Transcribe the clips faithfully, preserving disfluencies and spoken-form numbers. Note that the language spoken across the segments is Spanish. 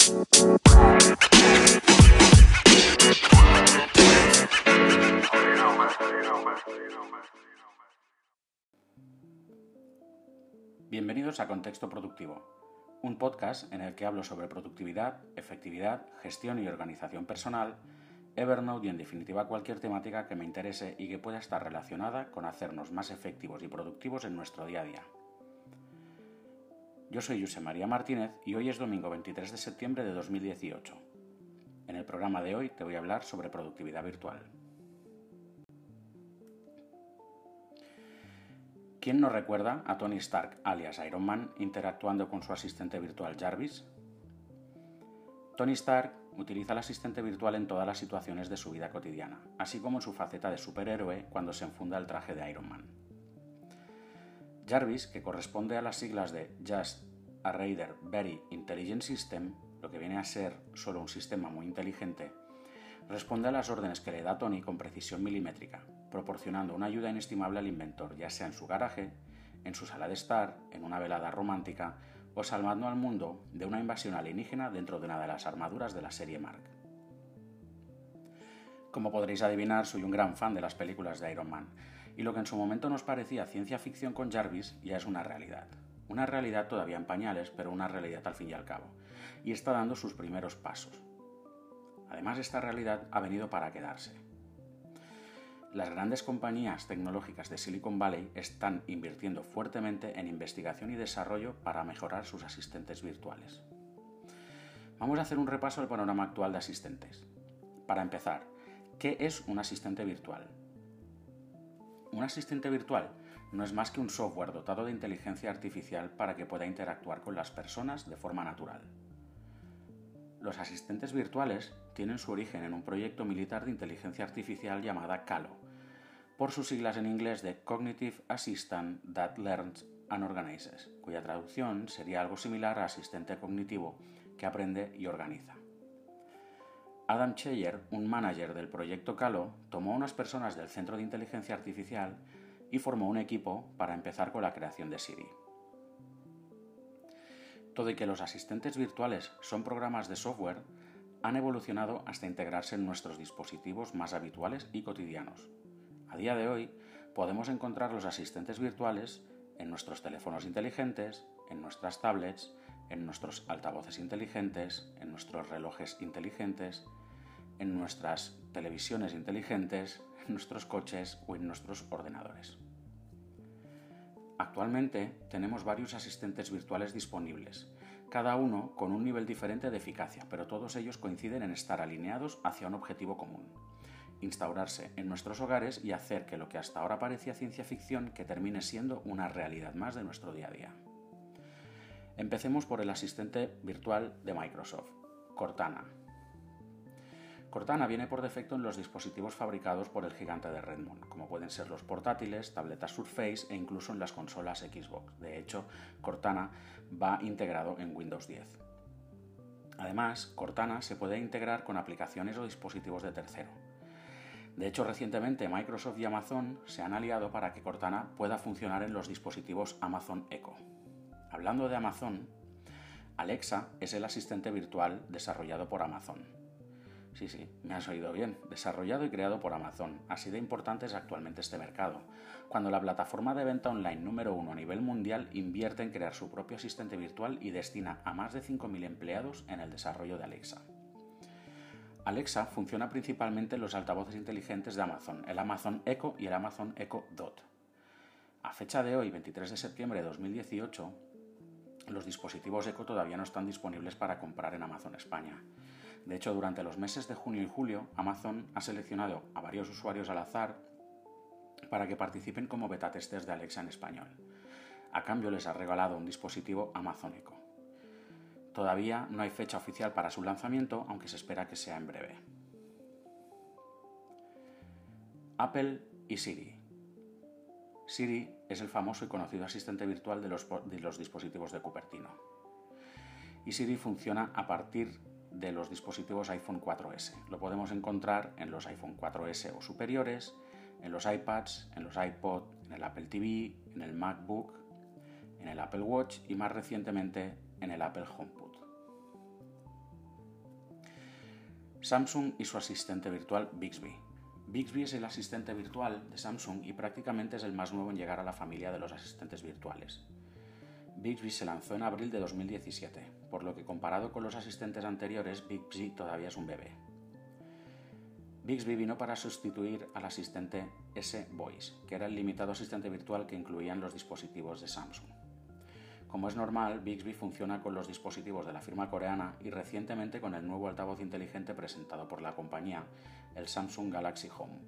Bienvenidos a Contexto Productivo, un podcast en el que hablo sobre productividad, efectividad, gestión y organización personal, Evernote y en definitiva cualquier temática que me interese y que pueda estar relacionada con hacernos más efectivos y productivos en nuestro día a día. Yo soy Josep María Martínez y hoy es domingo veintitrés de septiembre de dos mil dieciocho. En el programa de hoy te voy a hablar sobre productividad virtual. ¿Quién no recuerda a Tony Stark, alias Iron Man, interactuando con su asistente virtual Jarvis? Tony Stark utiliza el asistente virtual en todas las situaciones de su vida cotidiana, así como en su faceta de superhéroe cuando se enfunda el traje de Iron Man. Jarvis, que corresponde a las siglas de Just a Rather Very Intelligent System, lo que viene a ser solo un sistema muy inteligente, responde a las órdenes que le da Tony con precisión milimétrica, proporcionando una ayuda inestimable al inventor, ya sea en su garaje, en su sala de estar, en una velada romántica o salvando al mundo de una invasión alienígena dentro de una de las armaduras de la serie Mark. Como podréis adivinar, soy un gran fan de las películas de Iron Man, y lo que en su momento nos parecía ciencia ficción con Jarvis ya es una realidad. Una realidad todavía en pañales, pero una realidad al fin y al cabo, y está dando sus primeros pasos. Además, esta realidad ha venido para quedarse. Las grandes compañías tecnológicas de Silicon Valley están invirtiendo fuertemente en investigación y desarrollo para mejorar sus asistentes virtuales. Vamos a hacer un repaso del panorama actual de asistentes. Para empezar, ¿qué es un asistente virtual? Un asistente virtual no es más que un software dotado de inteligencia artificial para que pueda interactuar con las personas de forma natural. Los asistentes virtuales tienen su origen en un proyecto militar de inteligencia artificial llamada CALO, por sus siglas en inglés de Cognitive Assistant That Learns and Organizes, cuya traducción sería algo similar a asistente cognitivo que aprende y organiza. Adam Cheyer, un manager del proyecto CALO, tomó a unas personas del Centro de Inteligencia Artificial y formó un equipo para empezar con la creación de Siri. Todo y que los asistentes virtuales son programas de software, han evolucionado hasta integrarse en nuestros dispositivos más habituales y cotidianos. A día de hoy, podemos encontrar los asistentes virtuales en nuestros teléfonos inteligentes, en nuestras tablets, en nuestros altavoces inteligentes, en nuestros relojes inteligentes, en nuestras televisiones inteligentes, en nuestros coches o en nuestros ordenadores. Actualmente tenemos varios asistentes virtuales disponibles, cada uno con un nivel diferente de eficacia, pero todos ellos coinciden en estar alineados hacia un objetivo común: instaurarse en nuestros hogares y hacer que lo que hasta ahora parecía ciencia ficción que termine siendo una realidad más de nuestro día a día. Empecemos por el asistente virtual de Microsoft, Cortana. Cortana viene por defecto en los dispositivos fabricados por el gigante de Redmond, como pueden ser los portátiles, tabletas Surface e incluso en las consolas Xbox. De hecho, Cortana va integrado en Windows diez. Además, Cortana se puede integrar con aplicaciones o dispositivos de tercero. De hecho, recientemente Microsoft y Amazon se han aliado para que Cortana pueda funcionar en los dispositivos Amazon Echo. Hablando de Amazon, Alexa es el asistente virtual desarrollado por Amazon. Sí, sí, me has oído bien, desarrollado y creado por Amazon. Así de importante es actualmente este mercado, cuando la plataforma de venta online número uno a nivel mundial invierte en crear su propio asistente virtual y destina a más de cinco mil empleados en el desarrollo de Alexa. Alexa funciona principalmente en los altavoces inteligentes de Amazon, el Amazon Echo y el Amazon Echo Dot. A fecha de hoy, veintitrés de septiembre de dos mil dieciocho, los dispositivos Echo todavía no están disponibles para comprar en Amazon España. De hecho, durante los meses de junio y julio, Amazon ha seleccionado a varios usuarios al azar para que participen como beta testers de Alexa en español. A cambio, les ha regalado un dispositivo Amazon Echo. Todavía no hay fecha oficial para su lanzamiento, aunque se espera que sea en breve. Apple y Siri. Siri es el famoso y conocido asistente virtual de los, de los dispositivos de Cupertino. Y Siri funciona a partir de los dispositivos iPhone cuatro ese. Lo podemos encontrar en los iPhone cuatro ese o superiores, en los iPads, en los iPod, en el Apple T V, en el MacBook, en el Apple Watch y más recientemente en el Apple HomePod. Samsung y su asistente virtual Bixby. Bixby es el asistente virtual de Samsung y prácticamente es el más nuevo en llegar a la familia de los asistentes virtuales. Bixby se lanzó en abril de dos mil diecisiete, por lo que comparado con los asistentes anteriores, Bixby todavía es un bebé. Bixby vino para sustituir al asistente S-Voice, que era el limitado asistente virtual que incluían los dispositivos de Samsung. Como es normal, Bixby funciona con los dispositivos de la firma coreana y recientemente con el nuevo altavoz inteligente presentado por la compañía, el Samsung Galaxy Home.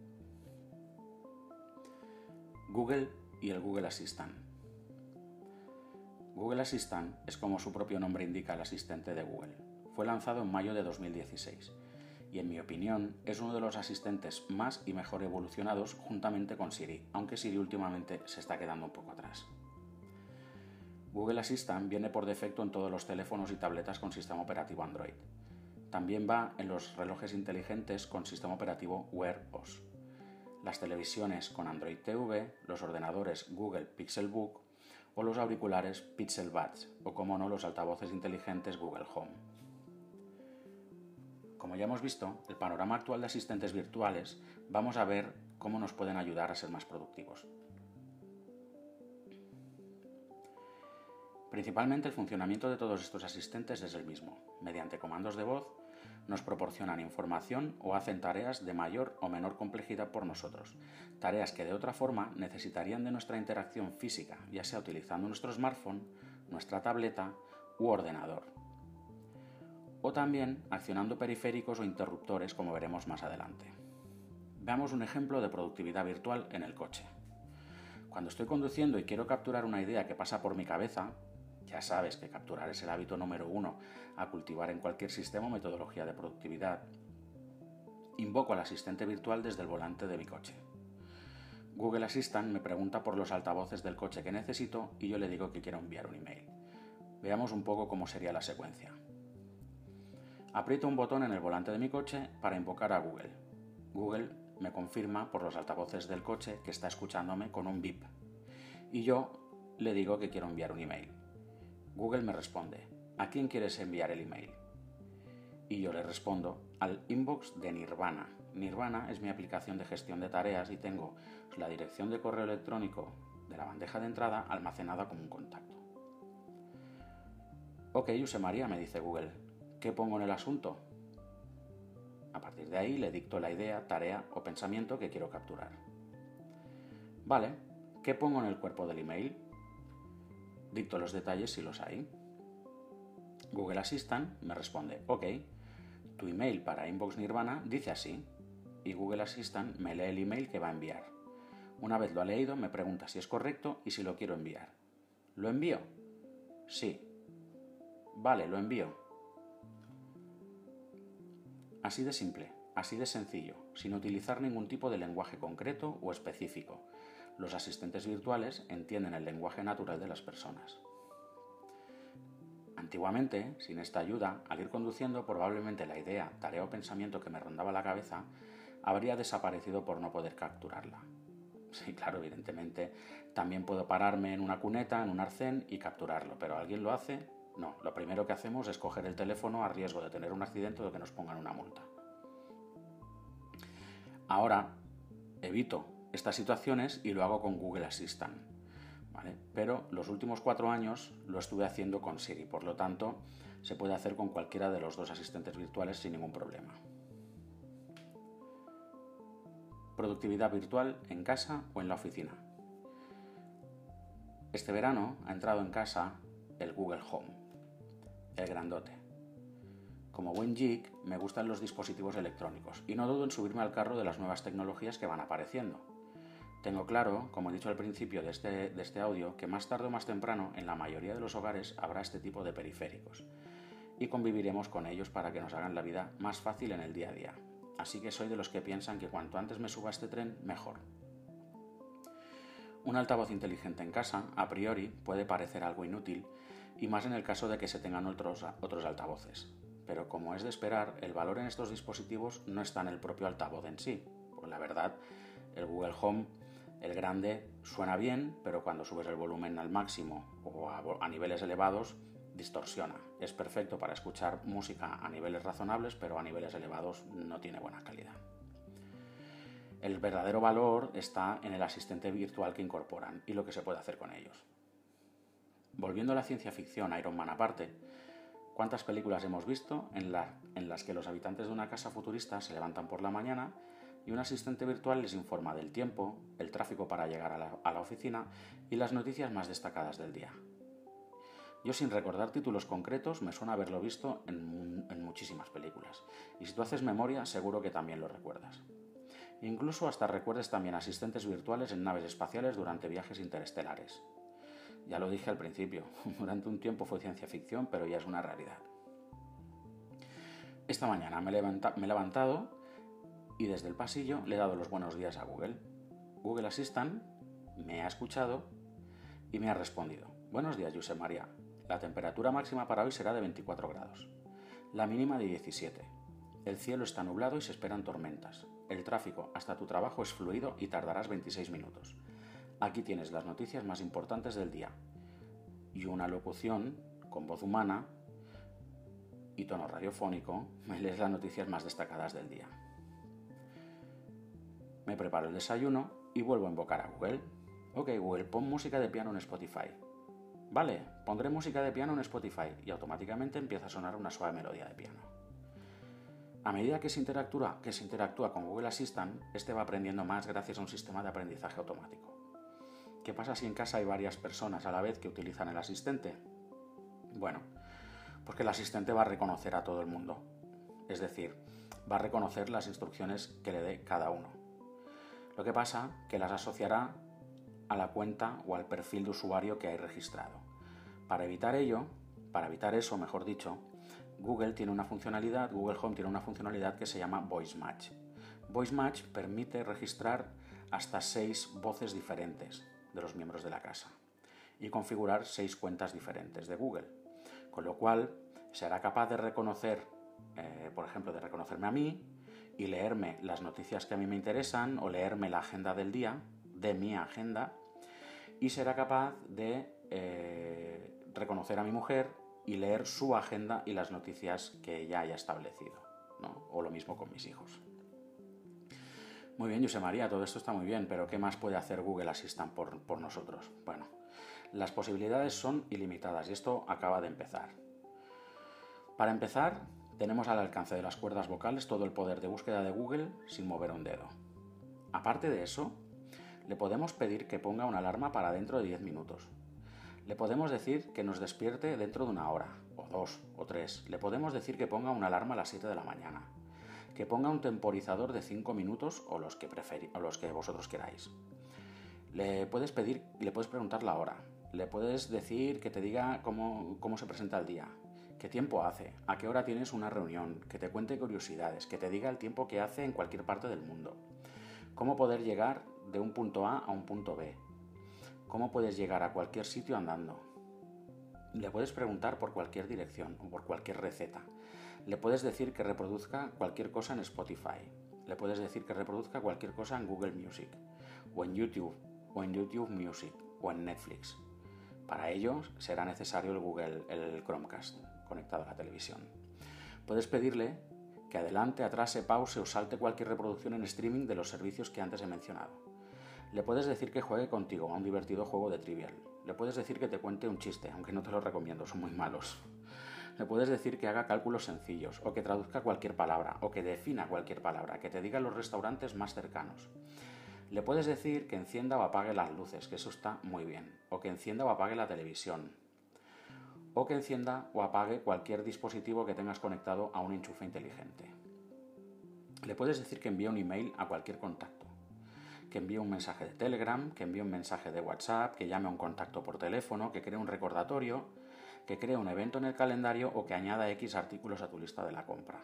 Google y el Google Assistant. Google Assistant es, como su propio nombre indica, el asistente de Google. Fue lanzado en mayo de dos mil dieciséis y, en mi opinión, es uno de los asistentes más y mejor evolucionados juntamente con Siri, aunque Siri últimamente se está quedando un poco atrás. Google Assistant viene por defecto en todos los teléfonos y tabletas con sistema operativo Android. También va en los relojes inteligentes con sistema operativo Wear O S, las televisiones con Android T V, los ordenadores Google Pixelbook o los auriculares Pixel Buds, o como no, los altavoces inteligentes Google Home. Como ya hemos visto, el panorama actual de asistentes virtuales, vamos a ver cómo nos pueden ayudar a ser más productivos. Principalmente el funcionamiento de todos estos asistentes es el mismo. Mediante comandos de voz nos proporcionan información o hacen tareas de mayor o menor complejidad por nosotros, tareas que de otra forma necesitarían de nuestra interacción física, ya sea utilizando nuestro smartphone, nuestra tableta u ordenador, o también accionando periféricos o interruptores, como veremos más adelante. Veamos un ejemplo de productividad virtual en el coche. Cuando estoy conduciendo y quiero capturar una idea que pasa por mi cabeza, ya sabes que capturar es el hábito número uno a cultivar en cualquier sistema o metodología de productividad. Invoco al asistente virtual desde el volante de mi coche. Google Assistant me pregunta por los altavoces del coche que necesito y yo le digo que quiero enviar un email. Veamos un poco cómo sería la secuencia. Aprieto un botón en el volante de mi coche para invocar a Google. Google me confirma por los altavoces del coche que está escuchándome con un bip. Y yo le digo que quiero enviar un email. Google me responde: ¿a quién quieres enviar el email? Y yo le respondo: al inbox de Nirvana. Nirvana es mi aplicación de gestión de tareas y tengo la dirección de correo electrónico de la bandeja de entrada almacenada como un contacto. Ok, José María, me dice Google, ¿qué pongo en el asunto? A partir de ahí le dicto la idea, tarea o pensamiento que quiero capturar. Vale, ¿qué pongo en el cuerpo del email? Dicto los detalles si los hay. Google Assistant me responde: ok, tu email para Inbox Nirvana dice así, y Google Assistant me lee el email que va a enviar. Una vez lo ha leído, me pregunta si es correcto y si lo quiero enviar. ¿Lo envío? Sí. Vale, lo envío. Así de simple, así de sencillo, sin utilizar ningún tipo de lenguaje concreto o específico. Los asistentes virtuales entienden el lenguaje natural de las personas. Antiguamente, sin esta ayuda, al ir conduciendo, probablemente la idea, tarea o pensamiento que me rondaba la cabeza habría desaparecido por no poder capturarla. Sí, claro, evidentemente, también puedo pararme en una cuneta, en un arcén y capturarlo, pero ¿alguien lo hace? No, lo primero que hacemos es coger el teléfono a riesgo de tener un accidente o de que nos pongan una multa. Ahora, evito estas situaciones y lo hago con Google Assistant, ¿vale? Pero los últimos cuatro años lo estuve haciendo con Siri, por lo tanto se puede hacer con cualquiera de los dos asistentes virtuales sin ningún problema. Productividad virtual en casa o en la oficina. Este verano ha entrado en casa el Google Home, el grandote. Como buen geek, me gustan los dispositivos electrónicos y no dudo en subirme al carro de las nuevas tecnologías que van apareciendo. Tengo claro, como he dicho al principio de este, de este audio, que más tarde o más temprano en la mayoría de los hogares habrá este tipo de periféricos y conviviremos con ellos para que nos hagan la vida más fácil en el día a día. Así que soy de los que piensan que cuanto antes me suba a este tren, mejor. Un altavoz inteligente en casa, a priori, puede parecer algo inútil y más en el caso de que se tengan otros, otros altavoces. Pero como es de esperar, el valor en estos dispositivos no está en el propio altavoz en sí. Pues la verdad, el Google Home, el grande, suena bien, pero cuando subes el volumen al máximo o a, a niveles elevados, distorsiona. Es perfecto para escuchar música a niveles razonables, pero a niveles elevados no tiene buena calidad. El verdadero valor está en el asistente virtual que incorporan y lo que se puede hacer con ellos. Volviendo a la ciencia ficción, Iron Man aparte, ¿cuántas películas hemos visto en, la, en las que los habitantes de una casa futurista se levantan por la mañana y un asistente virtual les informa del tiempo, el tráfico para llegar a la, a la oficina y las noticias más destacadas del día? Yo, sin recordar títulos concretos, me suena haberlo visto en, en muchísimas películas. Y si tú haces memoria, seguro que también lo recuerdas. Incluso hasta recuerdes también asistentes virtuales en naves espaciales durante viajes interestelares. Ya lo dije al principio, durante un tiempo fue ciencia ficción, pero ya es una realidad. Esta mañana me he, levanta, me he levantado y desde el pasillo le he dado los buenos días a Google. Google Assistant me ha escuchado y me ha respondido: buenos días, Josep María. La temperatura máxima para hoy será de veinticuatro grados, la mínima de diecisiete. El cielo está nublado y se esperan tormentas. El tráfico hasta tu trabajo es fluido y tardarás veintiséis minutos. Aquí tienes las noticias más importantes del día. Y una locución con voz humana y tono radiofónico me lees las noticias más destacadas del día. Me preparo el desayuno y vuelvo a invocar a Google. Ok, Google, pon música de piano en Spotify. Vale, pondré música de piano en Spotify y automáticamente empieza a sonar una suave melodía de piano. A medida que se interactúa, que se interactúa con Google Assistant, este va aprendiendo más gracias a un sistema de aprendizaje automático. ¿Qué pasa si en casa hay varias personas a la vez que utilizan el asistente? Bueno, pues que el asistente va a reconocer a todo el mundo. Es decir, va a reconocer las instrucciones que le dé cada uno. Lo que pasa que las asociará a la cuenta o al perfil de usuario que hay registrado. Para evitar ello, para evitar eso, mejor dicho, Google tiene una funcionalidad, Google Home tiene una funcionalidad que se llama Voice Match. Voice Match permite registrar hasta seis voces diferentes de los miembros de la casa y configurar seis cuentas diferentes de Google, con lo cual será capaz de reconocer, eh, por ejemplo, de reconocerme a mí y leerme las noticias que a mí me interesan o leerme la agenda del día, de mi agenda, y será capaz de eh, reconocer a mi mujer y leer su agenda y las noticias que ella haya establecido, ¿no? O lo mismo con mis hijos. Muy bien, Josep María, todo esto está muy bien, pero ¿qué más puede hacer Google Assistant por, por nosotros? Bueno, las posibilidades son ilimitadas y esto acaba de empezar. Para empezar, tenemos al alcance de las cuerdas vocales todo el poder de búsqueda de Google sin mover un dedo. Aparte de eso, le podemos pedir que ponga una alarma para dentro de diez minutos. Le podemos decir que nos despierte dentro de una hora, o dos, o tres. Le podemos decir que ponga una alarma a las siete de la mañana. Que ponga un temporizador de cinco minutos o los que, preferi- o los que vosotros queráis. Le puedes pedir, le puedes preguntar la hora. Le puedes decir que te diga cómo, cómo se presenta el día. ¿Qué tiempo hace? ¿A qué hora tienes una reunión? Que te cuente curiosidades. Que te diga el tiempo que hace en cualquier parte del mundo. Cómo poder llegar de un punto A a un punto B. Cómo puedes llegar a cualquier sitio andando. Le puedes preguntar por cualquier dirección o por cualquier receta. Le puedes decir que reproduzca cualquier cosa en Spotify. Le puedes decir que reproduzca cualquier cosa en Google Music, o en YouTube, o en YouTube Music, o en Netflix. Para ello será necesario el Google, el Chromecast, conectado a la televisión. Puedes pedirle que adelante, atrase, pause o salte cualquier reproducción en streaming de los servicios que antes he mencionado. Le puedes decir que juegue contigo a un divertido juego de Trivial. Le puedes decir que te cuente un chiste, aunque no te lo recomiendo, son muy malos. Le puedes decir que haga cálculos sencillos, o que traduzca cualquier palabra, o que defina cualquier palabra, que te diga los restaurantes más cercanos. Le puedes decir que encienda o apague las luces, que eso está muy bien, o que encienda o apague la televisión, o que encienda o apague cualquier dispositivo que tengas conectado a un enchufe inteligente. Le puedes decir que envíe un email a cualquier contacto, que envíe un mensaje de Telegram, que envíe un mensaje de WhatsApp, que llame a un contacto por teléfono, que cree un recordatorio, que cree un evento en el calendario o que añada X artículos a tu lista de la compra.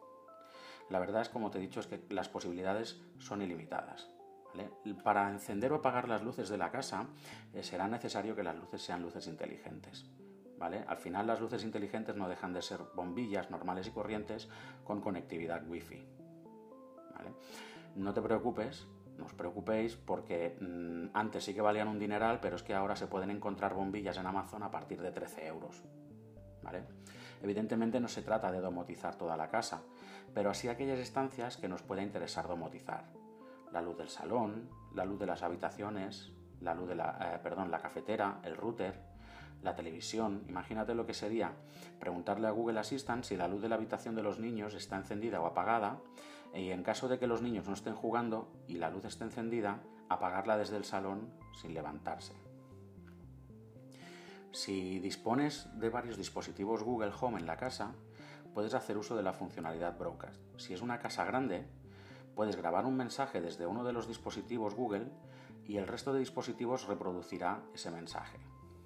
La verdad es, como te he dicho, es que las posibilidades son ilimitadas, ¿vale? Para encender o apagar las luces de la casa eh, será necesario que las luces sean luces inteligentes, ¿vale? Al final las luces inteligentes no dejan de ser bombillas normales y corrientes con conectividad Wi-Fi, ¿vale? No te preocupes, no os preocupéis porque mmm, antes sí que valían un dineral, pero es que ahora se pueden encontrar bombillas en Amazon a partir de trece euros, ¿vale? Evidentemente no se trata de domotizar toda la casa, pero sí aquellas estancias que nos pueda interesar domotizar. La luz del salón, la luz de las habitaciones, la luz de la, eh, perdón, la cafetera, el router, la televisión. Imagínate lo que sería preguntarle a Google Assistant si la luz de la habitación de los niños está encendida o apagada, y en caso de que los niños no estén jugando y la luz esté encendida, apagarla desde el salón sin levantarse. Si dispones de varios dispositivos Google Home en la casa, puedes hacer uso de la funcionalidad Broadcast. Si es una casa grande, puedes grabar un mensaje desde uno de los dispositivos Google y el resto de dispositivos reproducirá ese mensaje.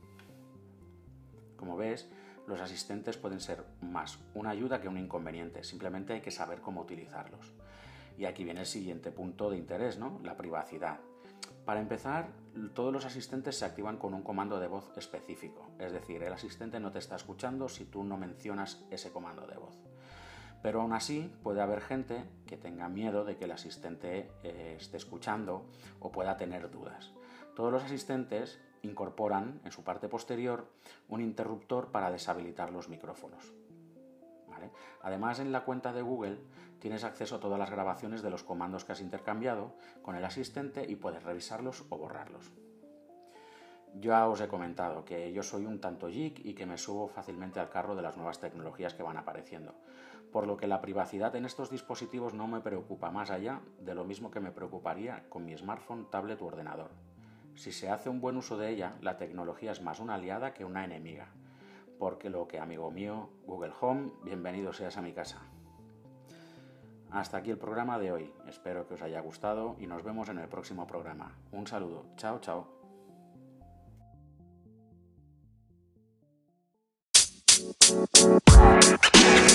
Como ves, los asistentes pueden ser más una ayuda que un inconveniente, simplemente hay que saber cómo utilizarlos. Y aquí viene el siguiente punto de interés, ¿no? La privacidad. Para empezar, todos los asistentes se activan con un comando de voz específico, es decir, el asistente no te está escuchando si tú no mencionas ese comando de voz. Pero aún así puede haber gente que tenga miedo de que el asistente eh, esté escuchando o pueda tener dudas. Todos los asistentes incorporan en su parte posterior un interruptor para deshabilitar los micrófonos. ¿Vale? Además, en la cuenta de Google tienes acceso a todas las grabaciones de los comandos que has intercambiado con el asistente y puedes revisarlos o borrarlos. Ya os he comentado que yo soy un tanto geek y que me subo fácilmente al carro de las nuevas tecnologías que van apareciendo, por lo que la privacidad en estos dispositivos no me preocupa más allá de lo mismo que me preocuparía con mi smartphone, tablet u ordenador. Si se hace un buen uso de ella, la tecnología es más una aliada que una enemiga, porque lo que, amigo mío, Google Home, bienvenido seas a mi casa. Hasta aquí el programa de hoy, espero que os haya gustado y nos vemos en el próximo programa. Un saludo, chao, chao.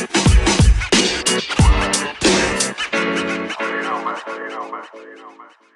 You know, man. You know, man. You know, man.